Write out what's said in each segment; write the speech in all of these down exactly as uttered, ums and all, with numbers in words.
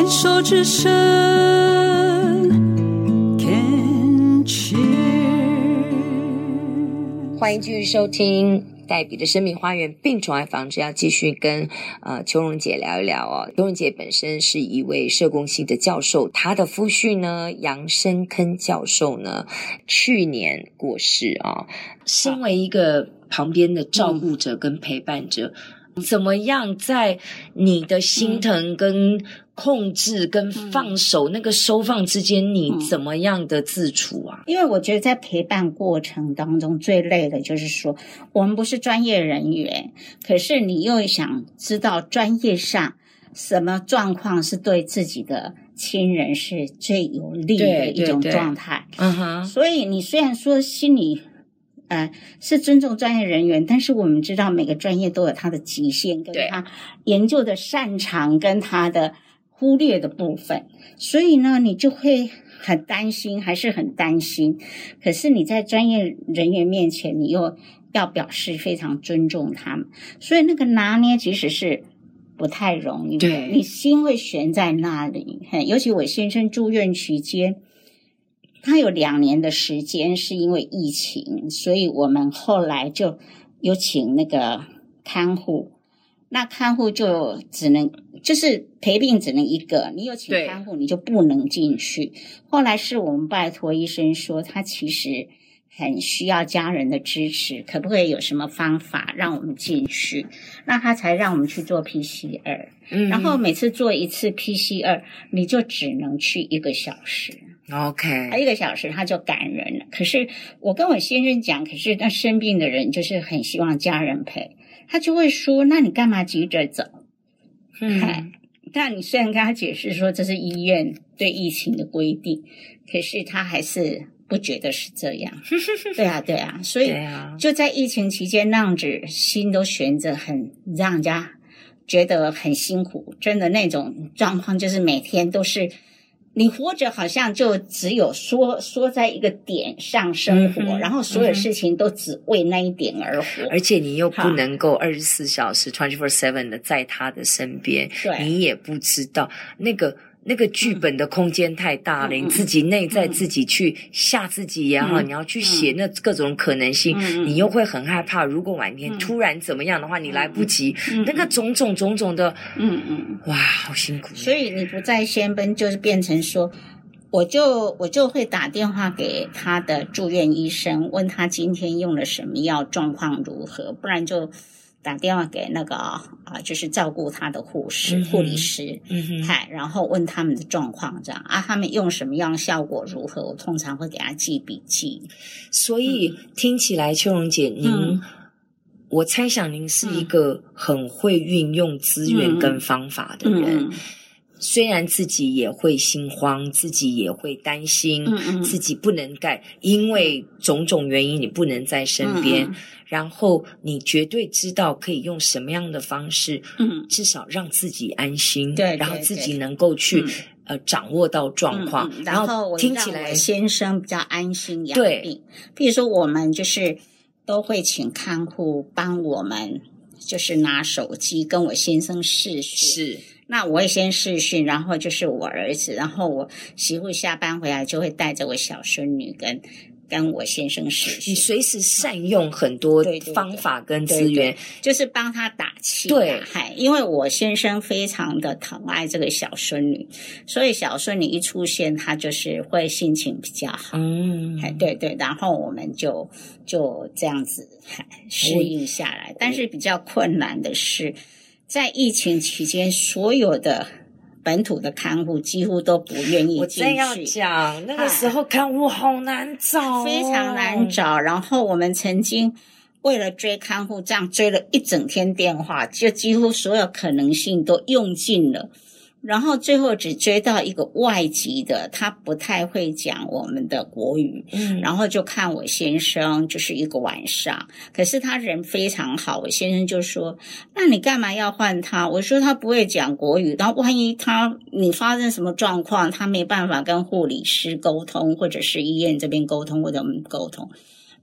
手之声 Can Cheer。 欢迎继续收听黛比的生命花园病虫害防治，要继续跟呃邱荣姐聊一聊哦。邱荣姐本身是一位社工系的教授，她的夫婿呢杨深坑教授呢去年过世啊、哦。身为一个旁边的照顾者跟陪伴者，嗯、怎么样在你的心疼跟控制跟放手、嗯、那个收放之间，你怎么样的自处啊？ 因为我觉得在陪伴过程当中最累的就是说，我们不是专业人员，可是你又想知道专业上什么状况是对自己的亲人是最有利的一种状态。嗯哼，所以你虽然说心里呃，是尊重专业人员，但是我们知道每个专业都有它的极限，跟他研究的擅长，跟他的忽略的部分，所以呢，你就会很担心，还是很担心。可是你在专业人员面前，你又要表示非常尊重他们，所以那个拿捏其实是不太容易的。对，你心会悬在那里。尤其我先生住院期间，他有两年的时间是因为疫情，所以我们后来就有请那个看护。那看护就只能就是陪病只能一个，你有请看护你就不能进去。后来是我们拜托医生说他其实很需要家人的支持，可不可以有什么方法让我们进去，那他才让我们去做 P C R、嗯、然后每次做一次 P C R 你就只能去一个小时。OK， 一个小时他就赶人了。可是我跟我先生讲，可是那生病的人就是很希望家人陪，他就会说那你干嘛急着走。嗯，但你虽然跟他解释说这是医院对疫情的规定，可是他还是不觉得是这样。对啊对啊，所以就在疫情期间那样子心都悬着，很让人家觉得很辛苦。真的那种状况就是每天都是你活着好像就只有缩缩在一个点上生活、嗯、然后所有事情都只为那一点而活、嗯、 而且你又不能够二十四小时 二十四小时 的在他的身边，你也不知道那个那个剧本的空间太大了、嗯、你自己内在自己去吓自己也好、嗯、你要去写那各种可能性、嗯、你又会很害怕如果晚一天突然怎么样的话、嗯、你来不及、嗯、那个种种种种的嗯嗯，哇好辛苦。 所以你不在先奔就是变成说我就我就会打电话给他的住院医生，问他今天用了什么药，状况如何，不然就打电话给那个啊、呃，就是照顾他的护士、护、嗯、理师，嗯哼，嗨，然后问他们的状况，这样啊，他们用什么样，效果如何，我通常会给他记笔记。 所以、嗯、听起来，邱荣姐，您、嗯，我猜想您是一个很会运用资源跟方法的人。嗯嗯，虽然自己也会心慌，自己也会担心，嗯嗯，自己不能盖，因为种种原因你不能在身边，嗯嗯，然后你绝对知道可以用什么样的方式，嗯，至少让自己安心，对，然后自己能够去、嗯、呃掌握到状况、嗯嗯， 然后听起来先生比较安心养病。比如说我们就是都会请看护帮我们，就是拿手机跟我先生视讯，是。那我会先视讯，然后就是我儿子，然后我媳妇下班回来就会带着我小孙女跟跟我先生视讯。 你随时善用很多方法跟资源， 对对对，就是帮他打气。对，因为我先生非常的疼爱这个小孙女，所以小孙女一出现，他就是会心情比较好。嗯，对对，然后我们就就这样子适应下来。但是比较困难的是，在疫情期间，所有的本土的看护几乎都不愿意进去。 我真要讲，那个时候看护好难找、哦， 非常难找。然后我们曾经为了追看护，这样追了一整天电话，就几乎所有可能性都用尽了。然后最后只追到一个外籍的，他不太会讲我们的国语，嗯，然后就看我先生就是一个晚上，可是他人非常好，我先生就说那你干嘛要换他？我说他不会讲国语，然后万一他你发生什么状况，他没办法跟护理师沟通，或者是医院这边沟通，或者我们沟通，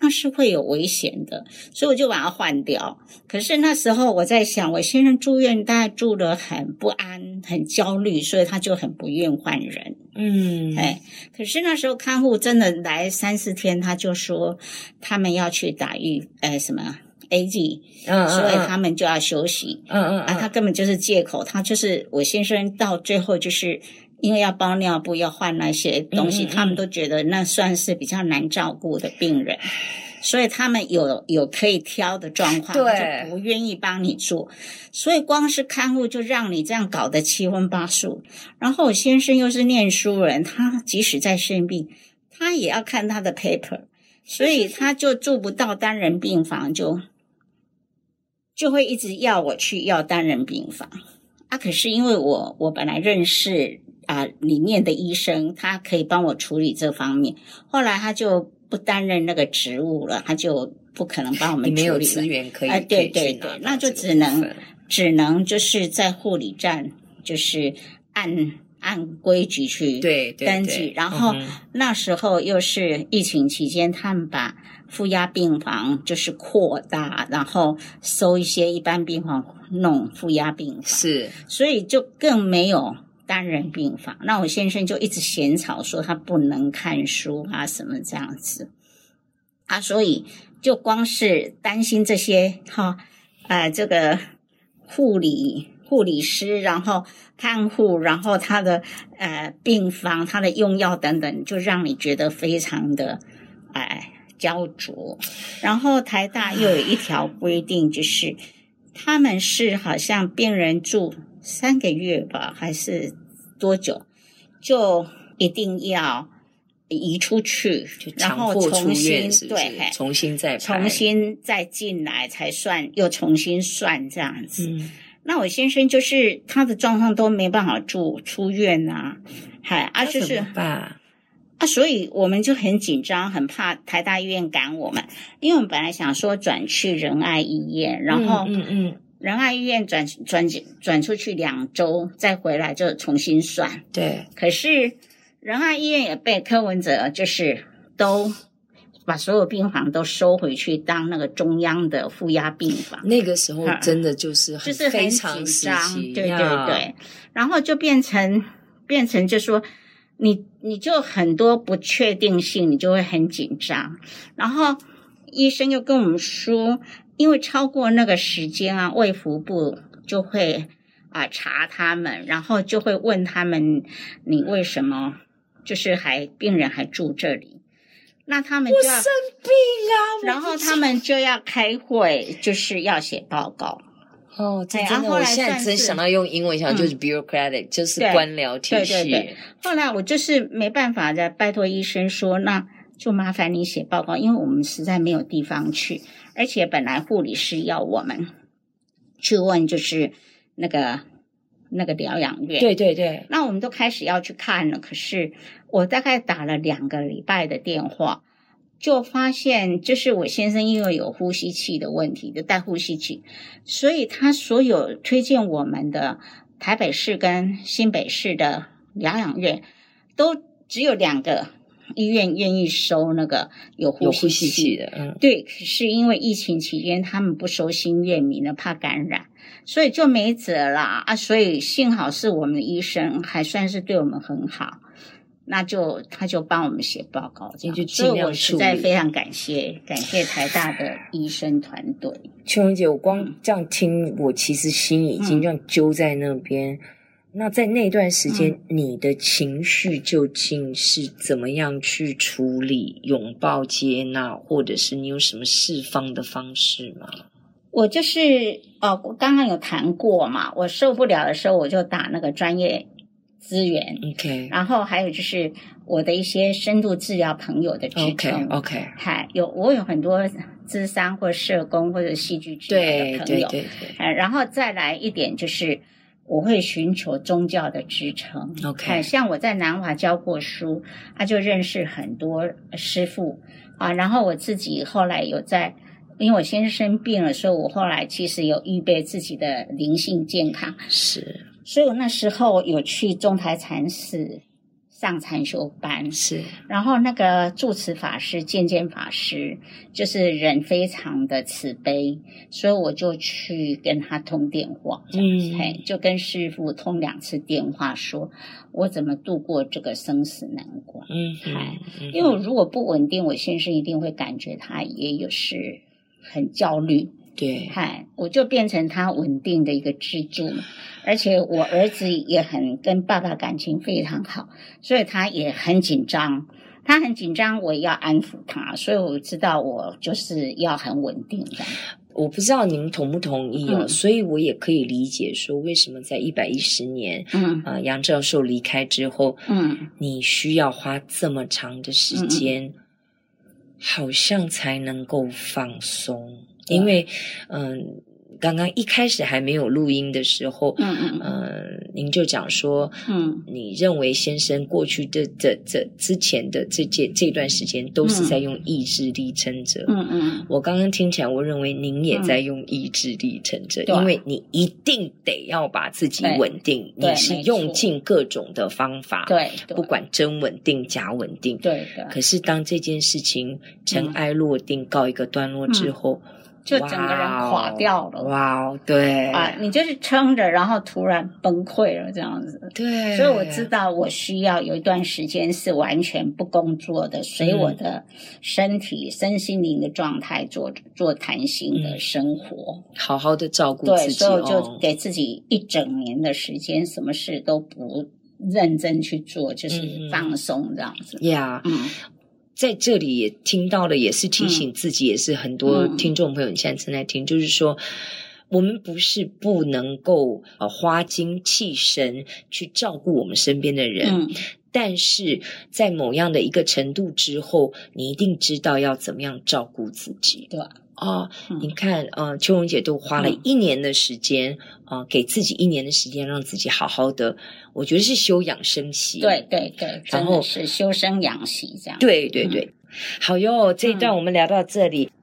那是会有危险的，所以我就把它换掉。可是那时候我在想，我先生住院大概住得很不安很焦虑，所以他就很不愿换人。 嗯， 哎，可是那时候看护真的来三四天，他就说他们要去打预呃什么 A Z， 嗯嗯嗯， 所以他们就要休息。 嗯嗯嗯， 啊，他根本就是借口，他就是我先生到最后就是因为要包尿布要换那些东西， 嗯嗯嗯， 他们都觉得那算是比较难照顾的病人，所以他们有有可以挑的状况， 对， 就不愿意帮你做，所以光是看护就让你这样搞得七荤八素。然后我先生又是念书人，他即使在生病，他也要看他的 paper， 所以他就住不到单人病房，就就会一直要我去要单人病房啊。可是因为我我本来认识啊里面的医生，他可以帮我处理这方面，后来他就不担任那个职务了，他就不可能帮我们处理了。 你没有资源可以， 啊，对对对，那就只能只能就是在护理站，就是按按规矩去对登记。 对对， 然后、 嗯、 那时候又是疫情期间，他们把负压病房就是扩大，然后收一些一般病房弄负压病房， 是， 所以就更没有单人病房。那我先生就一直嫌吵说他不能看书啊什么这样子啊，所以就光是担心这些哈呃这个护理护理师，然后看护，然后他的呃病房，他的用药等等，就让你觉得非常的哎焦灼。然后台大又有一条规定，就是他们是好像病人住三个月吧，还是多久，就一定要移出去，然后重新是是对重新再重新再进来才算，又重新算这样子。 嗯， 那我先生就是他的状况都没办法住出院啊，嗨啊就是怎么办啊，所以我们就很紧张，很怕台大医院赶我们，因为我们本来想说转去仁爱医院，然后嗯嗯仁爱医院转转转出去两周，再回来就重新算。 对， 可是仁爱医院也被柯文哲就是都把所有病房都收回去当那个中央的负压病房。 那个时候真的就是很就是很非常紧张，对对对，然后就变成变成就说你你就很多不确定性，你就会很紧张。然后医生又跟我们说，因为超过那个时间啊，卫福部就会啊查他们，然后就会问他们你为什么就是还病人还住这里。那他们就要我生病啊， 然后他们就要开会，就是要写报告。 哦，真的，我现在真想到用英文讲就是 bureaucratic，、嗯、就是官僚体系。 对对对。后来我就是没办法再拜托医生说，那就麻烦你写报告，因为我们实在没有地方去，而且本来护理师要我们去问，就是那个那个疗养院。 对对对。 那我们都开始要去看了，可是我大概打了两个礼拜的电话。就发现就是我先生因为有呼吸器的问题，就带呼吸器，所以他所有推荐我们的台北市跟新北市的疗养院都只有两个医院愿意收那个有呼吸器， 有呼吸器的。嗯， 对，可是因为疫情期间他们不收新院民的，怕感染，所以就没辙啦啊！所以幸好是我们的医生还算是对我们很好。那就他就帮我们写报告，这样就尽量处理。所以我实在非常感谢感谢台大的医生团队。 秋蓉姐，我光这样听，我其实心已经这样揪在那边。嗯、那在那段时间、嗯，你的情绪究竟是怎么样去处理？拥抱、接纳，或者是你有什么释放的方式吗？ 我就是哦，我刚刚有谈过嘛，我受不了的时候，我就打那个专业资源 ，OK， 然后还有就是我的一些深度治疗朋友的支撑 ，OK，OK，、okay, okay. 还有我有很多諮商或社工或者戏剧治疗的朋友， 对对对对， 然后再来一点就是我会寻求宗教的支撑 ，OK， 像我在南华教过书，他、啊、就认识很多师父啊，然后我自己后来有在。因为我先生病了，所以我后来其实有预备自己的灵性健康， 是， 所以我那时候有去中台禅寺上禅修班， 是， 然后那个住持法师渐渐法师就是人非常的慈悲，所以我就去跟他通电话，嗯，嘿，就跟师父通两次电话，说我怎么度过这个生死难关。嗯，嗯，因为我如果不稳定，我先生一定会感觉他也有是很焦虑。 对， 嗨，我就变成他稳定的一个支柱，而且我儿子也很跟爸爸感情非常好，所以他也很紧张，他很紧张，我也要安抚他，所以我知道我就是要很稳定这样。 我不知道您同不同意哦，嗯、所以我也可以理解说，为什么在一百一十年，嗯，啊、呃，杨教授离开之后，嗯，你需要花这么长的时间，嗯、好像才能够放松。因为，嗯，刚刚一开始还没有录音的时候，嗯嗯，呃，您就讲说，嗯，你认为先生过去的这这之前的这这这段时间都是在用意志力撑着，嗯嗯，我刚刚听起来，我认为您也在用意志力撑着，嗯、因为你一定得要把自己稳定，你是用尽各种的方法，对，不管真稳定假稳定，对的。可是当这件事情尘埃落定，告一个段落之后。嗯就整个人垮掉了， 哇哦，对啊，你就是撑着，然后突然崩溃了这样子， 对， 所以我知道我需要有一段时间是完全不工作的，随我的身体、嗯、身心灵的状态做做弹性的生活， 嗯、好好的照顾自己， 对，所以我就给自己一整年的时间，什么事都不认真去做，就是放松这样子， 呀、嗯， yeah, 嗯。在这里也听到了，也是提醒自己，嗯、也是很多听众朋友现在正在听，嗯、就是说，我们不是不能够呃花精气神去照顾我们身边的人，嗯、但是在某样的一个程度之后，你一定知道要怎么样照顾自己， 对。 哦，嗯、你看，呃，秋蓉姐都花了一年的时间，嗯、呃，给自己一年的时间，让自己好好的，我觉得是休养生息， 对对对，然后是修身养息这样， 对对对，嗯、好哟，这一段我们聊到这里。嗯